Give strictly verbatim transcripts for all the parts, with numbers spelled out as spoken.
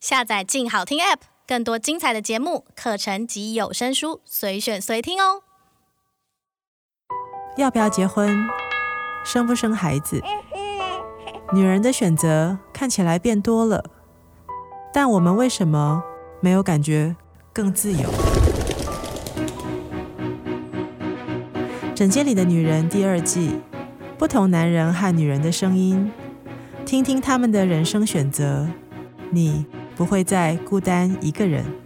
下载静好听 App， 更多精彩的节目、课程及有声书，随选随听哦。 要不要结婚？生不生孩子？女人的选择看起来变多了，但我们为什么没有感觉更自由？诊间里的女人第二季，不同男人和女人的声音，听听他们的人生选择，你不会再孤单一个人。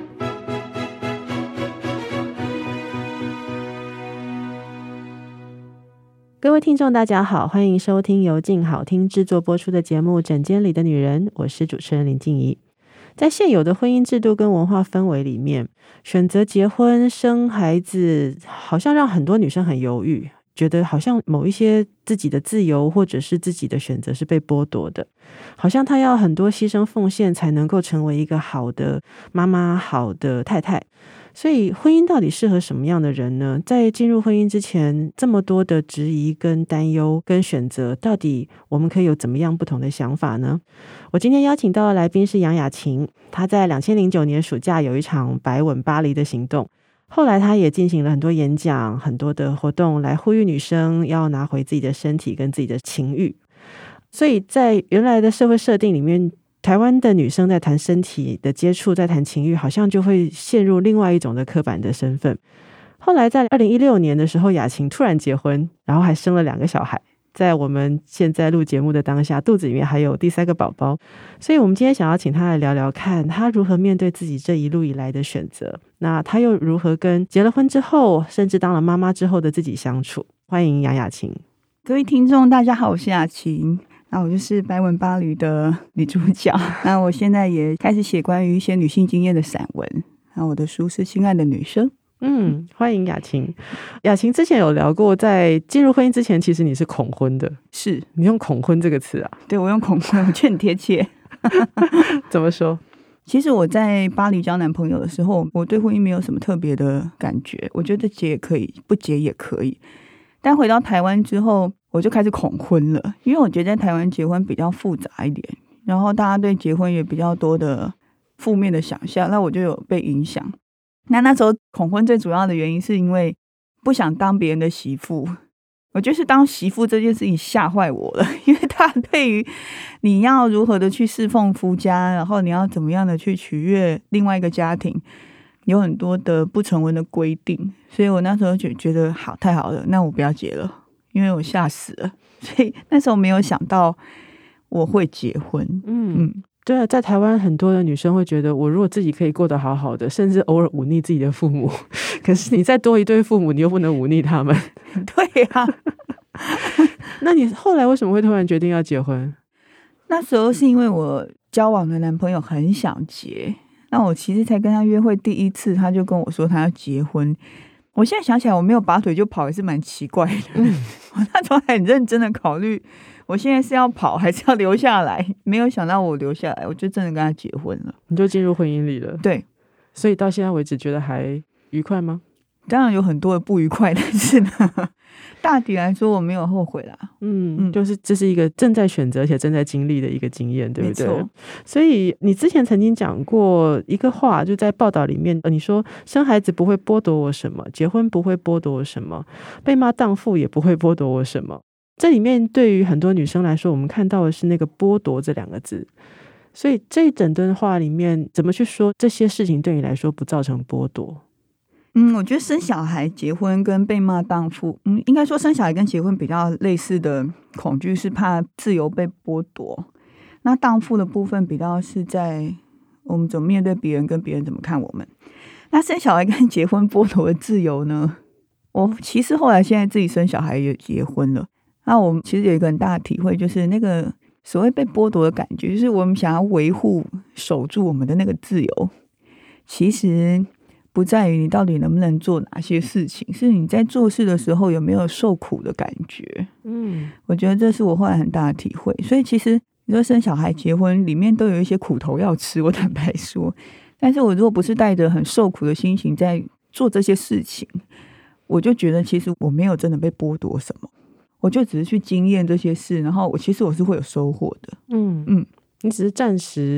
各位听众大家好，欢迎收听由静好听制作播出的节目《诊间里的女人》，我是主持人林静怡。在现有的婚姻制度跟文化氛围里面，选择结婚生孩子好像让很多女生很犹豫，觉得好像某一些自己的自由或者是自己的选择是被剥夺的，好像她要很多牺牲奉献才能够成为一个好的妈妈、好的太太。所以婚姻到底适合什么样的人呢？在进入婚姻之前，这么多的质疑跟担忧跟选择，到底我们可以有怎么样不同的想法呢？我今天邀请到的来宾是杨雅晴，她在二零零九年暑假有一场百吻巴黎的行动，后来她也进行了很多演讲、很多的活动来呼吁女生要拿回自己的身体跟自己的情欲。所以在原来的社会设定里面，台湾的女生在谈身体的接触，在谈情欲，好像就会陷入另外一种的刻板的身份。后来在二零一六年的时候，雅晴突然结婚，然后还生了两个小孩，在我们现在录节目的当下，肚子里面还有第三个宝宝。所以我们今天想要请她来聊聊看，她如何面对自己这一路以来的选择，那她又如何跟结了婚之后，甚至当了妈妈之后的自己相处。欢迎杨雅晴。 各位听众大家好，我是雅晴，那我就是百吻巴黎的女主角。那我现在也开始写关于一些女性经验的散文，那我的书是《亲爱的女生》。 嗯，欢迎雅晴。雅晴之前有聊过，在进入婚姻之前，其实你是恐婚的。 是， 你用恐婚这个词啊？ 对，我用恐婚，我觉得很贴切。 怎么说？ 其实我在巴黎交男朋友的时候，我对婚姻没有什么特别的感觉，我觉得结也可以，不结也可以。但回到台湾之后，我就开始恐婚了，因为我觉得在台湾结婚比较复杂一点，然后大家对结婚也比较多的负面的想象，那我就有被影响。那那时候恐婚最主要的原因是因为不想当别人的媳妇，我觉得是当媳妇这件事情吓坏我了，因为他对于你要如何的去侍奉夫家，然后你要怎么样的去取悦另外一个家庭，有很多的不成文的规定，所以我那时候就觉得好，太好了，那我不要结了，因为我吓死了，所以那时候没有想到我会结婚。 嗯嗯，对啊，在台湾很多的女生会觉得，我如果自己可以过得好好的，甚至偶尔忤逆自己的父母，可是你再多一对父母，你又不能忤逆他们。 对啊。 那你后来为什么会突然决定要结婚？ 那时候是因为我交往的男朋友很想结，那我其实才跟他约会第一次，他就跟我说他要结婚。我现在想起来，我没有拔腿就跑也是蛮奇怪的。嗯、我那时候很认真的考虑，我现在是要跑还是要留下来？没有想到我留下来，我就真的跟他结婚了。 你就进入婚姻里了？对。所以到现在为止，觉得还愉快吗？ 当然有很多的不愉快，但是呢，大体来说我没有后悔啦。 嗯嗯，就是这是一个正在选择而且正在经历的一个经验，对不对？没错。所以你之前曾经讲过一个话，就在报道里面，你说生孩子不会剥夺我什么，结婚不会剥夺我什么，被骂荡妇也不会剥夺我什么。这里面对于很多女生来说，我们看到的是那个剥夺这两个字。所以这一整段话里面，怎么去说这些事情对你来说不造成剥夺？ 嗯，我觉得生小孩、结婚跟被骂荡妇，嗯，应该说生小孩跟结婚比较类似的恐惧是怕自由被剥夺。那荡妇的部分比较是在我们怎么面对别人，跟别人怎么看我们。那生小孩跟结婚剥夺的自由呢？我其实后来现在自己生小孩也结婚了，那我们其实有一个很大的体会，就是那个所谓被剥夺的感觉，就是我们想要维护、守住我们的那个自由，其实不在于你到底能不能做哪些事情，是你在做事的时候有没有受苦的感觉。嗯，我觉得这是我后来很大的体会。所以其实你说生小孩、结婚里面都有一些苦头要吃，我坦白说。但是我如果不是带着很受苦的心情在做这些事情，我就觉得其实我没有真的被剥夺什么，我就只是去经验这些事，然后我其实我是会有收获的。 嗯嗯，你只是暂时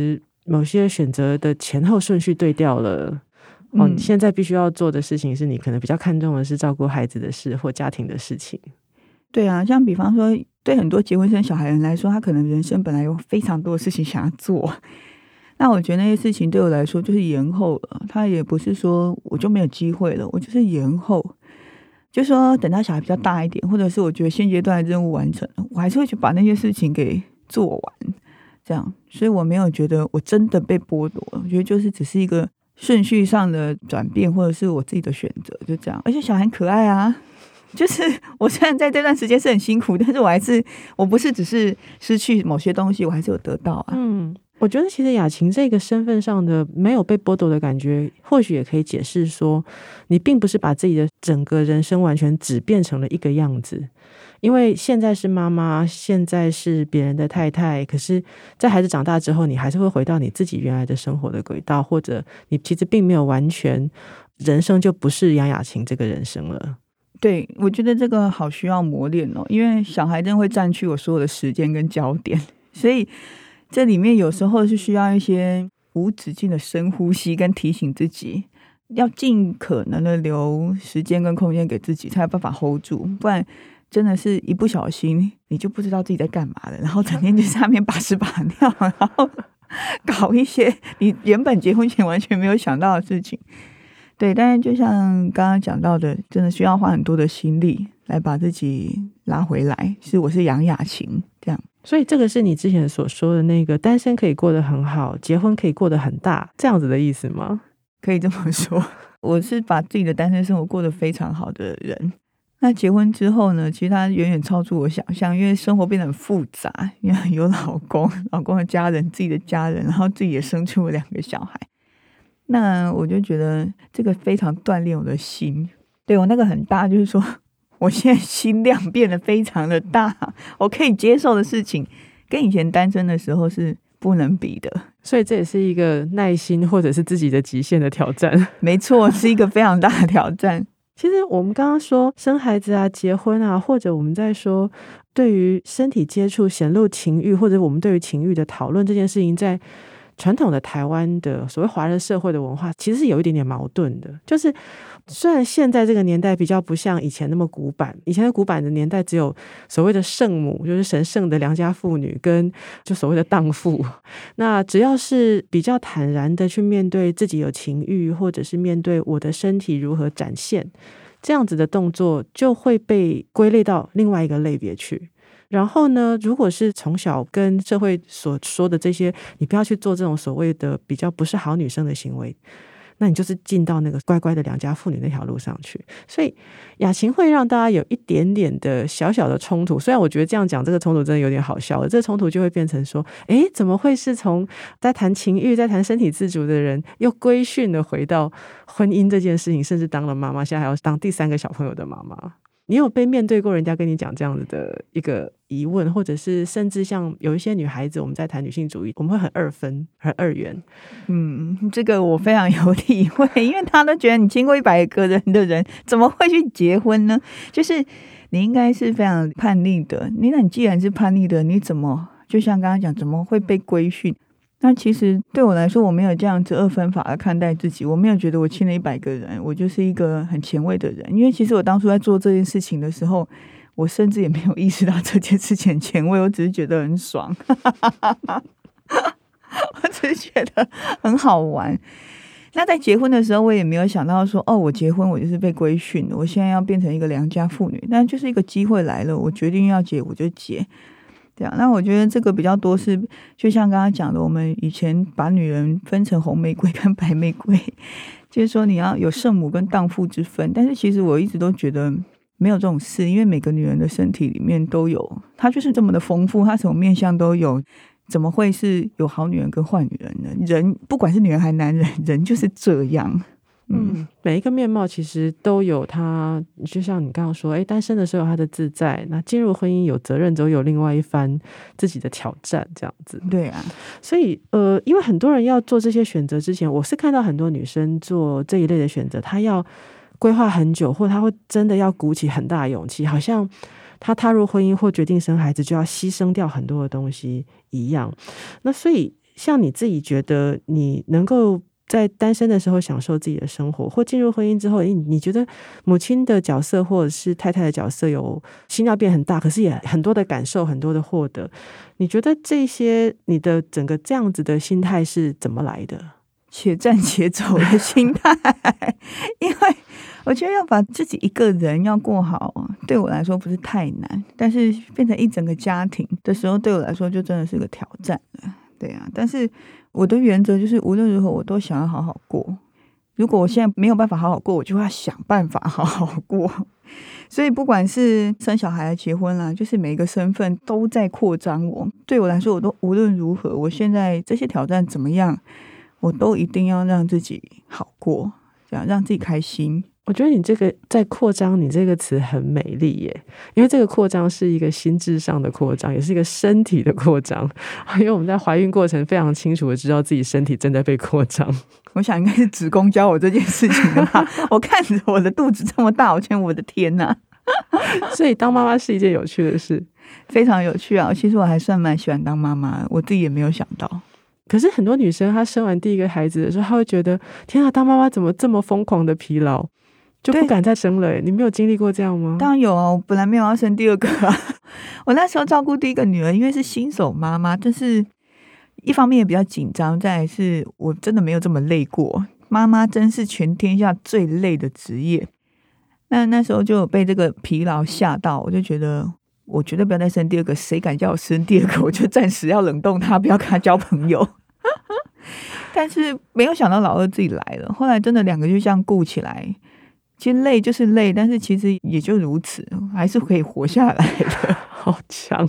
某些选择的前后顺序对调了。哦，你现在必须要做的事情是你可能比较看重的是照顾孩子的事或家庭的事情。 对啊，像比方说对很多结婚生小孩人来说，他可能人生本来有非常多的事情想要做，那我觉得那些事情对我来说就是延后了，他也不是说我就没有机会了，我就是延后，就说等到小孩比较大一点，或者是我觉得现阶段的任务完成了，我还是会去把那些事情给做完，这样。所以我没有觉得我真的被剥夺了，我觉得就是只是一个顺序上的转变，或者是我自己的选择，就这样。而且小孩很可爱啊，就是我虽然在这段时间是很辛苦，但是我还是我不是只是失去某些东西，我还是有得到啊。 嗯，我觉得其实雅晴这个身份上的没有被剥夺的感觉，或许也可以解释说，你并不是把自己的整个人生完全只变成了一个样子。因为现在是妈妈，现在是别人的太太，可是在孩子长大之后，你还是会回到你自己原来的生活的轨道，或者你其实并没有完全人生就不是杨雅晴这个人生了。 对，我觉得这个好需要磨练哦，因为小孩真的会占据我所有的时间跟焦点，所以这里面有时候是需要一些无止境的深呼吸跟提醒自己，要尽可能的留时间跟空间给自己，才有办法 hold 住，不然真的是一不小心你就不知道自己在干嘛了，然后整天就在那边把屎把尿，然后搞一些你原本结婚前完全没有想到的事情。对，但是就像刚刚讲到的，真的需要花很多的心力来把自己拉回来，是我是杨雅晴这样。 所以这个是你之前所说的那个单身可以过得很好，结婚可以过得很大，这样子的意思吗？ 可以这么说，我是把自己的单身生活过得非常好的人。那结婚之后呢，其实它远远超出我想象，因为生活变得很复杂，因为有老公、老公的家人、自己的家人，然后自己也生出了两个小孩。那我就觉得这个非常锻炼我的心。对，我那个很大，就是说我现在心量变得非常的大，我可以接受的事情跟以前单身的时候是不能比的。 所以这也是一个耐心或者是自己的极限的挑战。 没错，是一个非常大的挑战。 其实我们刚刚说生孩子啊、结婚啊，或者我们在说对于身体接触显露情欲，或者我们对于情欲的讨论这件事情，在传统的台湾的所谓华人社会的文化其实是有一点点矛盾的。就是虽然现在这个年代比较不像以前那么古板，以前的古板的年代只有所谓的圣母，就是神圣的良家妇女，跟就所谓的荡妇，那只要是比较坦然的去面对自己有情欲，或者是面对我的身体如何展现，这样子的动作就会被归类到另外一个类别去。然后呢，如果是从小跟社会所说的这些，你不要去做这种所谓的比较不是好女生的行为，那你就是进到那个乖乖的良家妇女那条路上去。所以雅晴会让大家有一点点的小小的冲突，虽然我觉得这样讲这个冲突真的有点好笑了，这个冲突就会变成说，诶，怎么会是从在谈情欲在谈身体自主的人又规训的回到婚姻这件事情，甚至当了妈妈，现在还要当第三个小朋友的妈妈。你有被面对过人家跟你讲这样子的一个疑问，或者是甚至像有一些女孩子，我们在谈女性主义，我们会很二分很二元。 嗯，这个我非常有体会，因为他都觉得你经过一百个人的人怎么会去结婚呢？就是你应该是非常叛逆的，你那你既然是叛逆的，你怎么就像刚刚讲怎么会被规训？那其实对我来说，我没有这样子二分法来看待自己，我没有觉得我亲了一百个人，我就是一个很前卫的人。因为其实我当初在做这件事情的时候，我甚至也没有意识到这件事情很前卫，我只是觉得很爽，我只是觉得很好玩。那在结婚的时候，我也没有想到说，哦，我结婚我就是被规训了，我现在要变成一个良家妇女。但就是一个机会来了，我决定要结，我就结。那我觉得这个比较多是就像刚刚讲的，我们以前把女人分成红玫瑰跟白玫瑰，就是说你要有圣母跟荡妇之分，但是其实我一直都觉得没有这种事，因为每个女人的身体里面都有，她就是这么的丰富，她什么面向都有，怎么会是有好女人跟坏女人呢？人不管是女人还是男人，人就是这样。 嗯，每一个面貌其实都有它，就像你刚刚说，哎，单身的时候有他的自在，那进入婚姻有责任，就有另外一番自己的挑战，这样子。 对啊， 所以呃，因为很多人要做这些选择之前，我是看到很多女生做这一类的选择，她要规划很久，或她会真的要鼓起很大的勇气，好像她踏入婚姻或决定生孩子就要牺牲掉很多的东西一样。那所以像你自己觉得你能够在单身的时候享受自己的生活，或进入婚姻之后，你你觉得母亲的角色或者是太太的角色有心要变很大，可是也很多的感受，很多的获得，你觉得这些你的整个这样子的心态是怎么来的？ 且战且走的心态因为我觉得要把自己一个人要过好，对我来说不是太难，但是变成一整个家庭的时候，对我来说就真的是个挑战了。对啊，但是我的原则就是无论如何我都想要好好过，如果我现在没有办法好好过，我就要想办法好好过。所以不管是生小孩结婚啦，就是每一个身份都在扩张我，对我来说我都无论如何我现在这些挑战怎么样，我都一定要让自己好过，这样让自己开心。 我觉得你这个在扩张，你这个词很美丽耶，因为这个扩张是一个心智上的扩张，也是一个身体的扩张。因为我们在怀孕过程非常清楚的知道自己身体正在被扩张。 我想应该是子宫教我这件事情的吧。我看着我的肚子这么大，我觉得我的天哪！ 所以当妈妈是一件有趣的事， 非常有趣啊。其实我还算蛮喜欢当妈妈，我自己也没有想到。 可是很多女生她生完第一个孩子的时候，她会觉得天啊，当妈妈怎么这么疯狂的疲劳，就不敢再生了耶。你没有经历过这样吗？ 当然有啊，我本来没有要生第二个啊。我那时候照顾第一个女儿，因为是新手妈妈，但是一方面也比较紧张，再来是我真的没有这么累过。妈妈真是全天下最累的职业。那那时候就有被这个疲劳吓到，我就觉得我绝对不要再生第二个，谁敢叫我生第二个，我就暂时要冷冻他，不要跟他交朋友。但是没有想到老二自己来了，后来真的两个就这样顾起来，其实累就是累，但是其实也就如此，还是可以活下来的。 好强！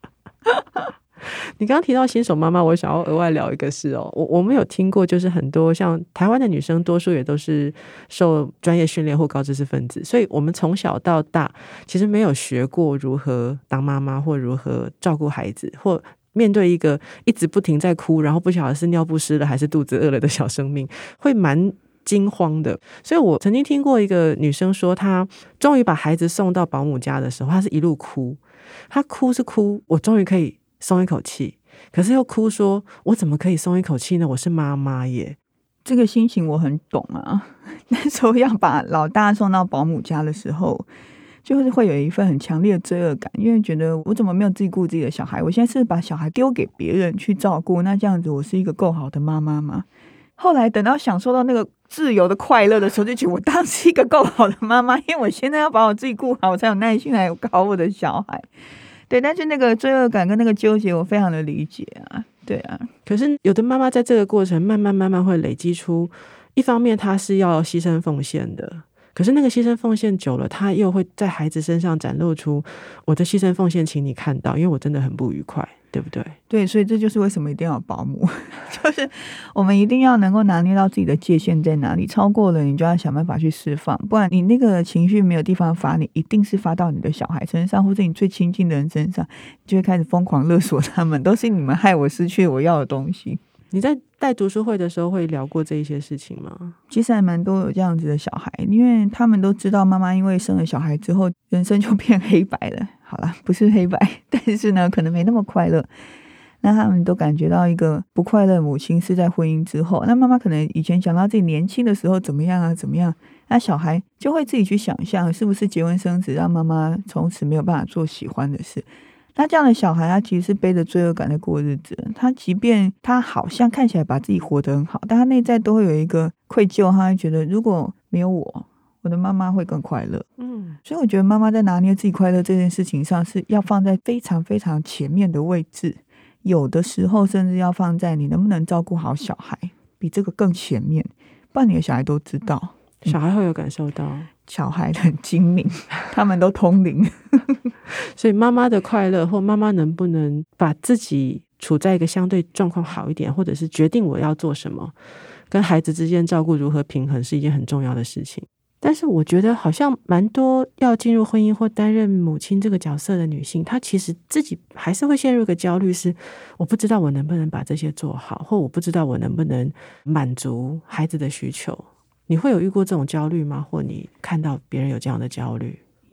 你刚刚提到新手妈妈，我想要额外聊一个事哦。我我们有听过，就是很多像台湾的女生，多数也都是受专业训练或高知识分子，所以我们从小到大其实没有学过如何当妈妈，或如何照顾孩子，或面对一个一直不停在哭，然后不晓得是尿不湿了还是肚子饿了的小生命，会蛮惊慌的。所以我曾经听过一个女生说，她终于把孩子送到保姆家的时候，她是一路哭，她哭是哭我终于可以松一口气，可是又哭说我怎么可以松一口气呢，我是妈妈耶。 这个心情我很懂啊。那时候要把老大送到保姆家的时候，就是会有一份很强烈的罪恶感，因为觉得我怎么没有自己顾自己的小孩，我现在是把小孩丢给别人去照顾，那这样子我是一个够好的妈妈吗？后来等到享受到那个自由的快乐的时候，就觉得我当是一个够好的妈妈，因为我现在要把我自己顾好，我才有耐心来搞我的小孩。对，但是那个罪恶感跟那个纠结我非常的理解啊。对啊， 可是有的妈妈在这个过程慢慢慢慢会累积出，一方面她是要牺牲奉献的，可是那个牺牲奉献久了，她又会在孩子身上展露出我的牺牲奉献请你看到，因为我真的很不愉快，对不对？ 对，所以这就是为什么一定要有保姆。就是我们一定要能够拿捏到自己的界限在哪里，超过了你就要想办法去释放，不然你那个情绪没有地方发，你一定是发到你的小孩身上，或者你最亲近的人身上，就会开始疯狂勒索他们，都是你们害我失去我要的东西。 你在带读书会的时候会聊过这一些事情吗？ 其实还蛮多有这样子的小孩，因为他们都知道妈妈因为生了小孩之后人生就变黑白了，好啦，不是黑白，但是呢可能没那么快乐。那他们都感觉到一个不快乐的母亲是在婚姻之后，那妈妈可能以前想到自己年轻的时候怎么样啊怎么样，那小孩就会自己去想象是不是结婚生子让妈妈从此没有办法做喜欢的事。那这样的小孩他其实是背着罪恶感在过日子，他即便他好像看起来把自己活得很好，但他内在都会有一个愧疚，他会觉得如果没有我，我的妈妈会更快乐。嗯，所以我觉得妈妈在拿捏自己快乐这件事情上是要放在非常非常前面的位置，有的时候甚至要放在你能不能照顾好小孩比这个更前面，不然你的小孩都知道， 小孩会有感受到， 小孩很精明，他们都通灵。 所以妈妈的快乐，或妈妈能不能把自己处在一个相对状况好一点，或者是决定我要做什么，跟孩子之间照顾如何平衡，是一件很重要的事情。但是我觉得好像蛮多要进入婚姻或担任母亲这个角色的女性，她其实自己还是会陷入一个焦虑，是我不知道我能不能把这些做好，或我不知道我能不能满足孩子的需求。你会有遇过这种焦虑吗？或你看到别人有这样的焦虑？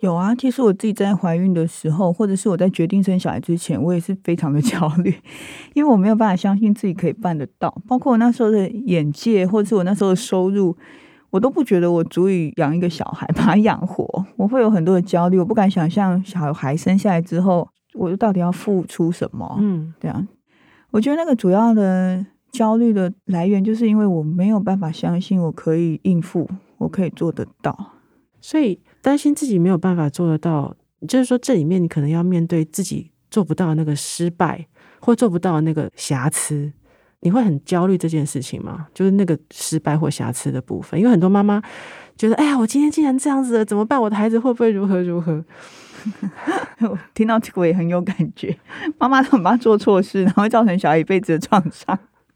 有啊，其实我自己在怀孕的时候，或者是我在决定生小孩之前，我也是非常的焦虑，因为我没有办法相信自己可以办得到，包括我那时候的眼界，或者是我那时候的收入，我都不觉得我足以养一个小孩，把他养活。我会有很多的焦虑，我不敢想象小孩生下来之后，我到底要付出什么。嗯，这样，我觉得那个主要的焦虑的来源，就是因为我没有办法相信我可以应付，我可以做得到， 所以担心自己没有办法做得到，就是说这里面你可能要面对自己做不到的那个失败，或做不到的那个瑕疵，你会很焦虑这件事情吗？就是那个失败或瑕疵的部分，因为很多妈妈觉得，哎呀，我今天竟然这样子了，怎么办？我的孩子会不会如何如何？ 我听到这个我也很有感觉，妈妈都很怕做错事，然后会造成小孩一辈子的创伤。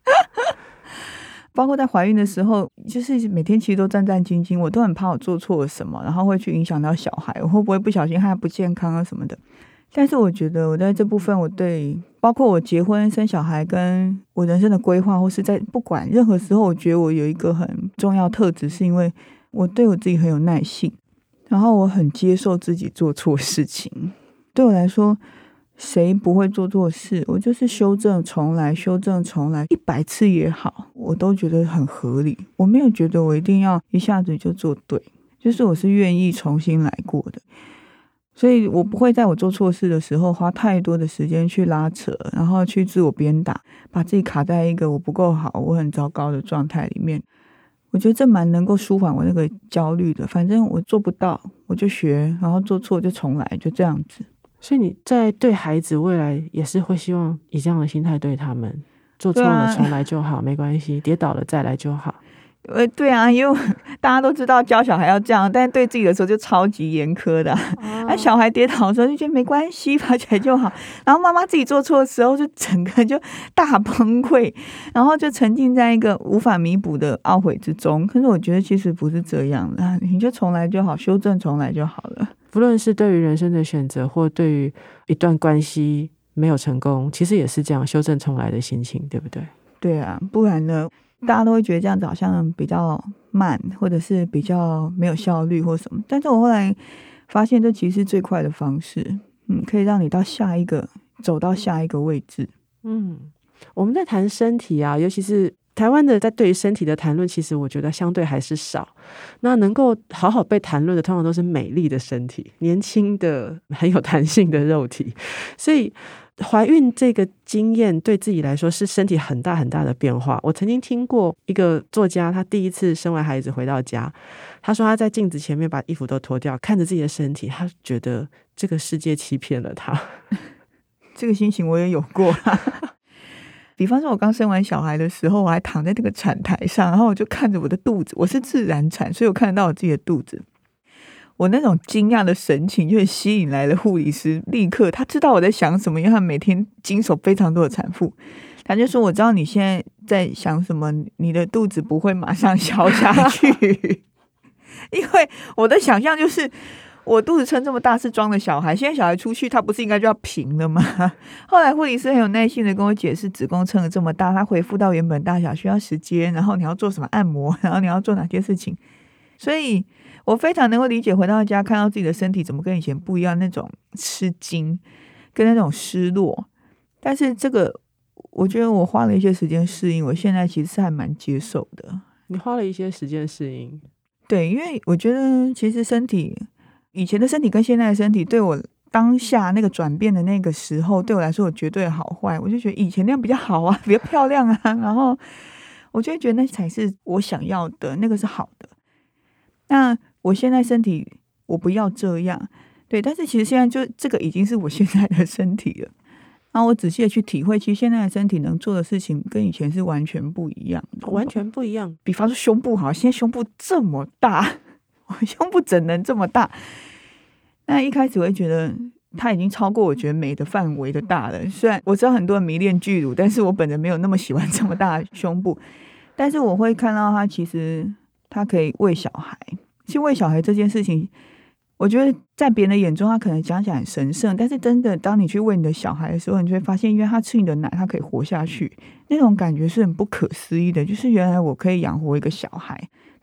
包括在怀孕的时候，就是每天其实都战战兢兢，我都很怕我做错了什么，然后会去影响到小孩，我会不会不小心害他不健康啊什么的。但是我觉得我在这部分，我对包括我结婚生小孩跟我人生的规划，或是在不管任何时候，我觉得我有一个很重要特质，是因为我对我自己很有耐性，然后我很接受自己做错事情。对我来说，谁不会做错事？我就是修正重来，修正重来，一百次也好，我都觉得很合理。我没有觉得我一定要一下子就做对，就是我是愿意重新来过的。所以我不会在我做错事的时候花太多的时间去拉扯，然后去自我鞭打，把自己卡在一个我不够好，我很糟糕的状态里面。我觉得这蛮能够舒缓我那个焦虑的。反正我做不到，我就学，然后做错就重来，就这样子。 所以你在对孩子未来也是会希望以这样的心态对他们，做错了重来就好，没关系，跌倒了再来就好。 呃，对啊，因为大家都知道教小孩要这样，但是对自己的时候就超级严苛的。啊，啊小孩跌倒的时候就觉得没关系，爬起来就好。然后妈妈自己做错的时候，就整个就大崩溃，然后就沉浸在一个无法弥补的懊悔之中。可是我觉得其实不是这样的，你就重来就好，修正重来就好了。 不论是对于人生的选择，或对于一段关系没有成功，其实也是这样修正重来的心情，对不对？ 对啊，不然呢？大家都会觉得这样子好像比较慢，或者是比较没有效率或什么。但是我后来发现，这其实是最快的方式，嗯，可以让你到下一个走到下一个位置。 嗯，我们在谈身体啊，尤其是台湾的在对于身体的谈论，其实我觉得相对还是少。那能够好好被谈论的，通常都是美丽的身体、年轻的、很有弹性的肉体。所以怀孕这个经验对自己来说是身体很大很大的变化。我曾经听过一个作家，他第一次生完孩子回到家，他说他在镜子前面把衣服都脱掉，看着自己的身体，他觉得这个世界欺骗了他。 这个心情我也有过。比方说我刚生完小孩的时候，我还躺在那个产台上，然后我就看着我的肚子，我是自然产，所以我看得到我自己的肚子。我那种惊讶的神情就吸引来了护理师，立刻他知道我在想什么，因为他每天经手非常多的产妇，他就说我知道你现在在想什么，你的肚子不会马上消下去。因为我的想象就是我肚子撑这么大是装了小孩，现在小孩出去他不是应该就要平了吗？后来护理师很有耐心的跟我解释，子宫撑了这么大，它恢复到原本大小需要时间，然后你要做什么按摩，然后你要做哪些事情。所以我非常能够理解回到家看到自己的身体怎么跟以前不一样，那种吃惊跟那种失落。但是这个我觉得我花了一些时间适应，我现在其实是还蛮接受的。 你花了一些时间适应？ 对，因为我觉得其实身体以前的身体跟现在的身体对我当下那个转变的那个时候，对我来说我绝对好坏，我就觉得以前那样比较好啊，比较漂亮啊，然后我就会觉得那才是我想要的，那个是好的。那我现在身体我不要这样，对，但是其实现在就这个已经是我现在的身体了。然后我仔细的去体会，其实现在的身体能做的事情跟以前是完全不一样的， 完全不一样。 比方说胸部好，现在胸部这么大，我胸部怎能这么大？那一开始我会觉得它已经超过我觉得美的范围的大了。虽然我知道很多人迷恋巨乳，但是我本人没有那么喜欢这么大的胸部。但是我会看到它其实它可以喂小孩。其实喂小孩这件事情，我觉得在别人的眼中他可能讲起来很神圣，但是真的当你去喂你的小孩的时候，你就会发现因为他吃你的奶他可以活下去，那种感觉是很不可思议的。就是原来我可以养活一个小孩，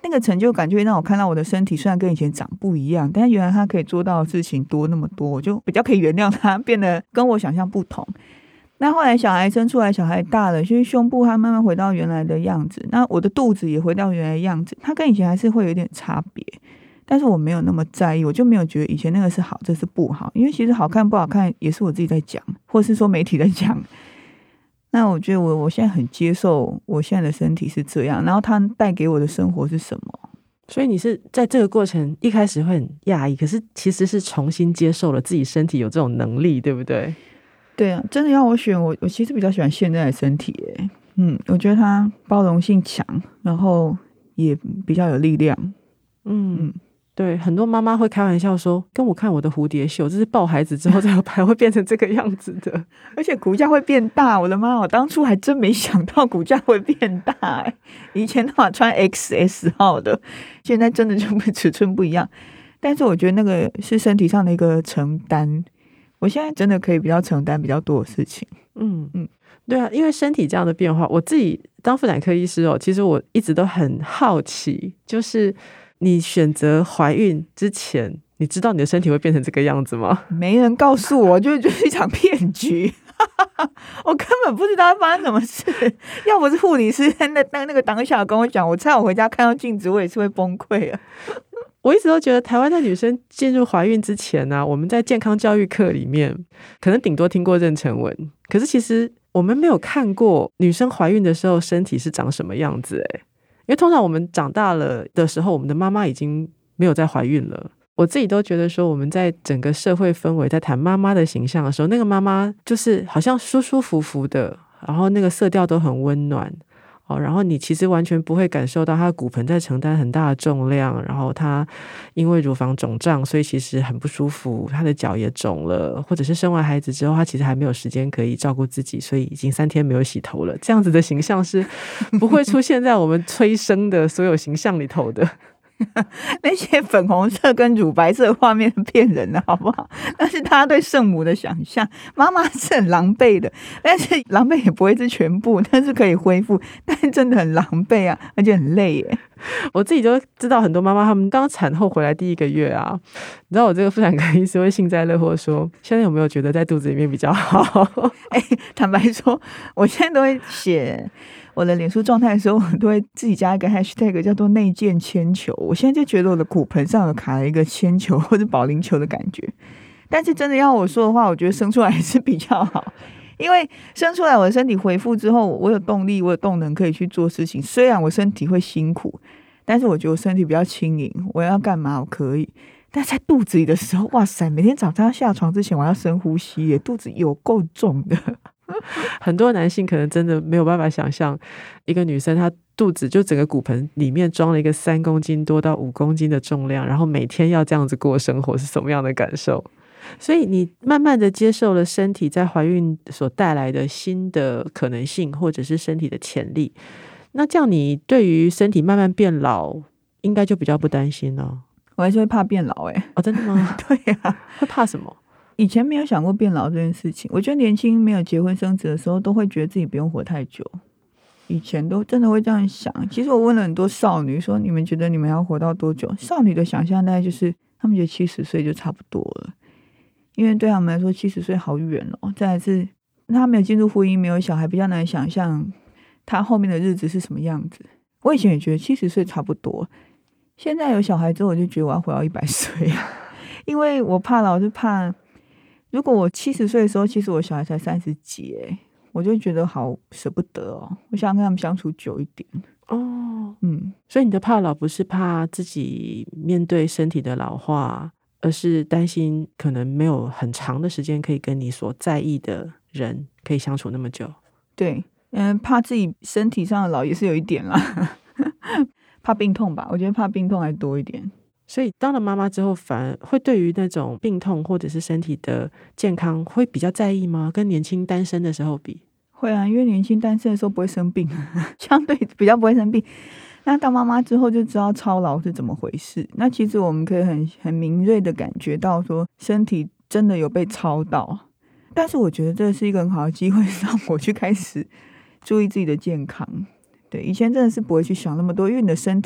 那个成就感就会让我看到我的身体虽然跟以前长不一样，但是原来他可以做到的事情多那么多，我就比较可以原谅他变得跟我想象不同。那后来小孩生出来，小孩大了，所以胸部它慢慢回到原来的样子，那我的肚子也回到原来的样子，它跟以前还是会有一点差别，但是我没有那么在意，我就没有觉得以前那个是好，这是不好，因为其实好看不好看也是我自己在讲，或是说媒体在讲。那我觉得我我现在很接受我现在的身体是这样，然后它带给我的生活是什么。 所以你是在这个过程一开始会很讶异，可是其实是重新接受了自己身体有这种能力，对不对？ 对啊，真的要我选，我我其实比较喜欢现在的身体耶。嗯，我觉得它包容性强，然后也比较有力量。 嗯嗯，对，很多妈妈会开玩笑说，跟我看我的蝴蝶袖，这是抱孩子之后才还会变成这个样子的， 而且骨架会变大。我的妈，我当初还真没想到骨架会变大耶。以前的话穿 X S 号的，现在真的就尺寸不一样。但是我觉得那个是身体上的一个承担，我现在真的可以比较承担比较多的事情。 嗯嗯，对啊，因为身体这样的变化，我自己当妇产科医师哦，其实我一直都很好奇，就是你选择怀孕之前，你知道你的身体会变成这个样子吗？ 没人告诉我，就就是一场骗局。我根本不知道发生什么事，要不是护理师在那那个当下跟我讲，我猜我回家看到镜子，我也是会崩溃啊。 我一直都觉得台湾的女生进入怀孕之前呢、啊，我们在健康教育课里面可能顶多听过妊娠纹，可是其实我们没有看过女生怀孕的时候身体是长什么样子诶。因为通常我们长大了的时候，我们的妈妈已经没有再怀孕了。我自己都觉得说，我们在整个社会氛围在谈妈妈的形象的时候，那个妈妈就是好像舒舒服服的，然后那个色调都很温暖哦，然后你其实完全不会感受到她的骨盆在承担很大的重量，然后她因为乳房肿胀，所以其实很不舒服，她的脚也肿了，或者是生完孩子之后，她其实还没有时间可以照顾自己，所以已经三天没有洗头了。这样子的形象是不会出现在我们催生的所有形象里头的。 那些粉红色跟乳白色画面骗人的好不好？那是他对圣母的想象。妈妈是很狼狈的，但是狼狈也不会是全部，但是可以恢复，但是真的很狼狈啊，而且很累耶。 我自己就知道很多妈妈她们刚产后回来第一个月啊，你知道我这个妇产科医师会幸灾乐祸说，现在有没有觉得在肚子里面比较好？ 哎、欸，坦白说，我现在都会写我的脸书状态的时候，我都会自己加一个 hashtag 叫做内建铅球。我现在就觉得我的骨盆上有卡了一个铅球或者保龄球的感觉。但是真的要我说的话，我觉得生出来还是比较好，因为生出来我的身体恢复之后，我有动力，我有动能可以去做事情。虽然我身体会辛苦，但是我觉得我身体比较轻盈，我要干嘛我可以。但在肚子里的时候，哇塞，每天早上下床之前我要深呼吸耶，肚子有够重的。 很多男性可能真的没有办法想象，一个女生她肚子就整个骨盆里面装了一个三公斤多到五公斤的重量，然后每天要这样子过生活是什么样的感受。所以你慢慢的接受了身体在怀孕所带来的新的可能性，或者是身体的潜力，那这样你对于身体慢慢变老应该就比较不担心了。 我还是会怕变老耶。 哦，真的吗？ 对啊， 会怕什么？ 以前没有想过变老这件事情。我觉得年轻没有结婚生子的时候，都会觉得自己不用活太久。以前都真的会这样想。其实我问了很多少女说，你们觉得你们要活到多久？少女的想象大概就是他们觉得七十岁就差不多了，因为对他们来说七十岁好远哦。再来是他没有进入婚姻，没有小孩，比较难想象他后面的日子是什么样子。我以前也觉得七十岁差不多，现在有小孩之后，我就觉得我要活到一百岁，因为我怕老是怕，如果我七十岁的时候，其实我小孩才三十几，我就觉得好舍不得哦，我想跟他们相处久一点哦。 嗯， 所以你的怕老不是怕自己面对身体的老化，而是担心可能没有很长的时间可以跟你所在意的人可以相处那么久。 对，嗯，怕自己身体上的老也是有一点啦怕病痛吧，我觉得怕病痛还多一点。 所以当了妈妈之后，反而会对于那种病痛或者是身体的健康会比较在意吗？跟年轻单身的时候比？ 会啊，因为年轻单身的时候不会生病相对比较不会生病。那当妈妈之后就知道操劳是怎么回事。那其实我们可以很很敏锐的感觉到说身体真的有被操到，但是我觉得这是一个很好的机会让我去开始注意自己的健康。对，以前真的是不会去想那么多，因为你的身体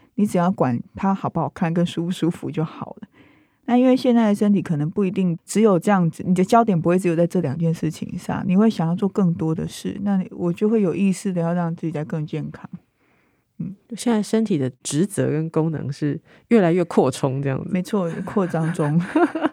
你只要管它好不好看跟舒不舒服就好了。那因为现在的身体可能不一定只有这样子，你的焦点不会只有在这两件事情上，你会想要做更多的事，那我就会有意识的要让自己再更健康。 嗯，现在身体的职责跟功能是越来越扩充这样子。 没错，扩张中。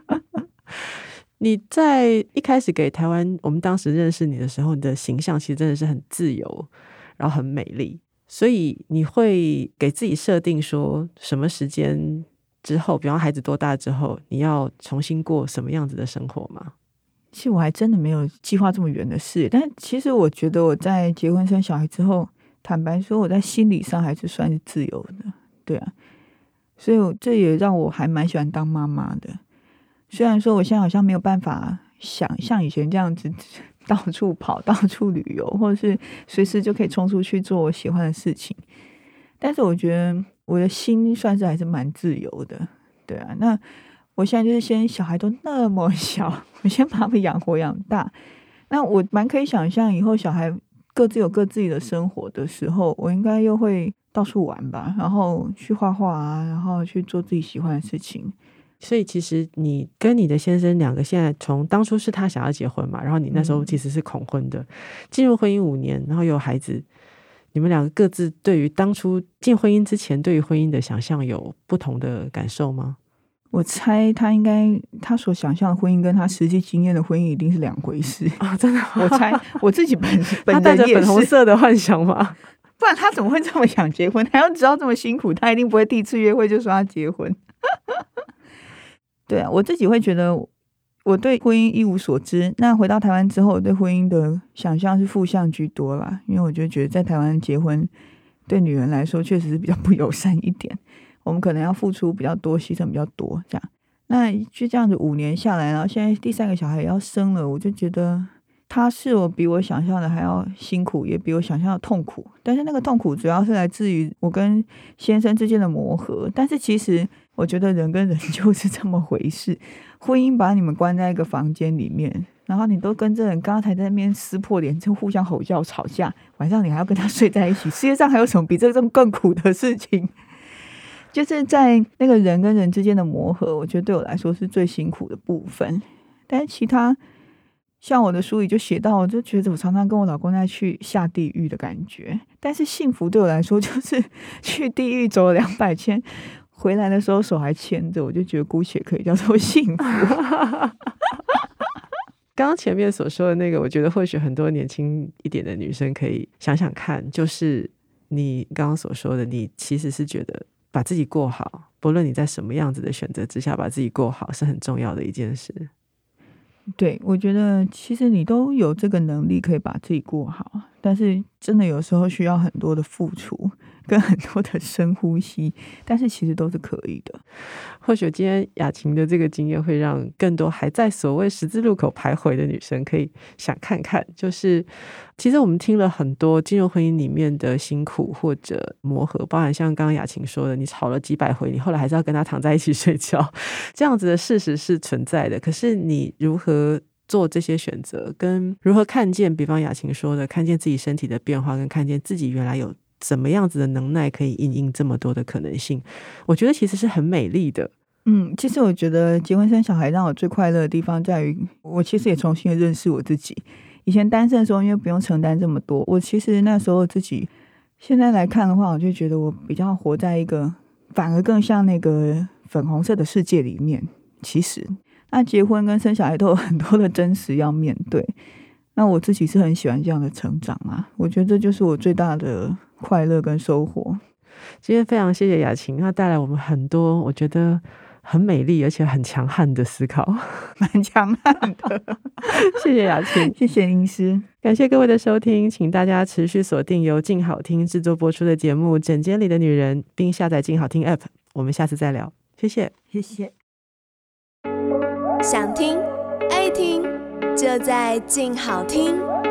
你在一开始给台湾，我们当时认识你的时候，你的形象其实真的是很自由，然后很美丽，所以你会给自己设定说什么时间之后，比方孩子多大之后，你要重新过什么样子的生活吗？ 其实我还真的没有计划这么远的事，但其实我觉得我在结婚生小孩之后，坦白说我在心理上还是算是自由的，对啊，所以这也让我还蛮喜欢当妈妈的。虽然说我现在好像没有办法想像以前这样子到处跑到处旅游，或者是随时就可以冲出去做我喜欢的事情，但是我觉得我的心算是还是蛮自由的，对啊。那我现在就是先小孩都那么小，我先把他们养活养大，那我蛮可以想象以后小孩各自有各自己的生活的时候，我应该又会到处玩吧，然后去画画啊，然后去做自己喜欢的事情。 所以其实你跟你的先生两个现在从当初是他想要结婚嘛，然后你那时候其实是恐婚的，进入婚姻五年，然后有孩子，你们两个各自对于当初进婚姻之前对于婚姻的想象有不同的感受吗？ 我猜他应该他所想象的婚姻跟他实际经验的婚姻一定是两回事啊、哦！真的吗？ 我猜我自己本本他带着粉红色的幻想吗？ 不然他怎么会这么想结婚？他要知道这么辛苦，他一定不会第一次约会就说他结婚。对啊，我自己会觉得我对婚姻一无所知。那回到台湾之后，我对婚姻的想象是负向居多啦，因为我就觉得在台湾结婚对女人来说确实是比较不友善一点，我们可能要付出比较多，牺牲比较多这样。那就这样子五年下来，然后现在第三个小孩也要生了，我就觉得他是我比我想象的还要辛苦，也比我想象的痛苦。但是那个痛苦主要是来自于我跟先生之间的磨合。但是其实我觉得人跟人就是这么回事，婚姻把你们关在一个房间里面，然后你都跟这人刚刚才在那边撕破脸，就互相吼叫吵架，晚上你还要跟他睡在一起，世界上还有什么比这种更苦的事情？就是在那个人跟人之间的磨合，我觉得对我来说是最辛苦的部分。但是其他像我的书里就写到，我就觉得我常常跟我老公在去下地狱的感觉。但是幸福对我来说就是去地狱走了两百圈，回来的时候手还牵着，我就觉得姑且可以叫做幸福。 刚刚前面所说的那个，我觉得或许很多年轻一点的女生可以想想看，就是你刚刚所说的，你其实是觉得把自己过好，不论你在什么样子的选择之下把自己过好是很重要的一件事。 对，我觉得其实你都有这个能力可以把自己过好，但是真的有时候需要很多的付出跟很多的深呼吸，但是其实都是可以的。 或许今天雅琴的这个经验会让更多还在所谓十字路口徘徊的女生可以想看看，就是其实我们听了很多进入婚姻里面的辛苦或者磨合，包含像刚刚雅琴说的，你吵了几百回，你后来还是要跟他躺在一起睡觉，这样子的事实是存在的。可是你如何做这些选择，跟如何看见，比方雅琴说的，看见自己身体的变化，跟看见自己原来有怎么样子的能耐可以因应这么多的可能性，我觉得其实是很美丽的。 嗯，其实我觉得结婚生小孩让我最快乐的地方在于，我其实也重新认识我自己。以前单身的时候，因为不用承担这么多，我其实那时候自己现在来看的话，我就觉得我比较活在一个反而更像那个粉红色的世界里面。其实那结婚跟生小孩都有很多的真实要面对，那我自己是很喜欢这样的成长啊，我觉得这就是我最大的快乐跟收获。 今天非常谢谢雅琴，她带来我们很多我觉得很美丽而且很强悍的思考， 蛮强悍的。 谢谢雅琴， 谢谢医师， 感谢各位的收听，请大家持续锁定由静好听制作播出的节目《诊间里的女人》，并下载静好听 App。 我们下次再聊，谢谢， 谢谢。 想听爱听，就在静好听。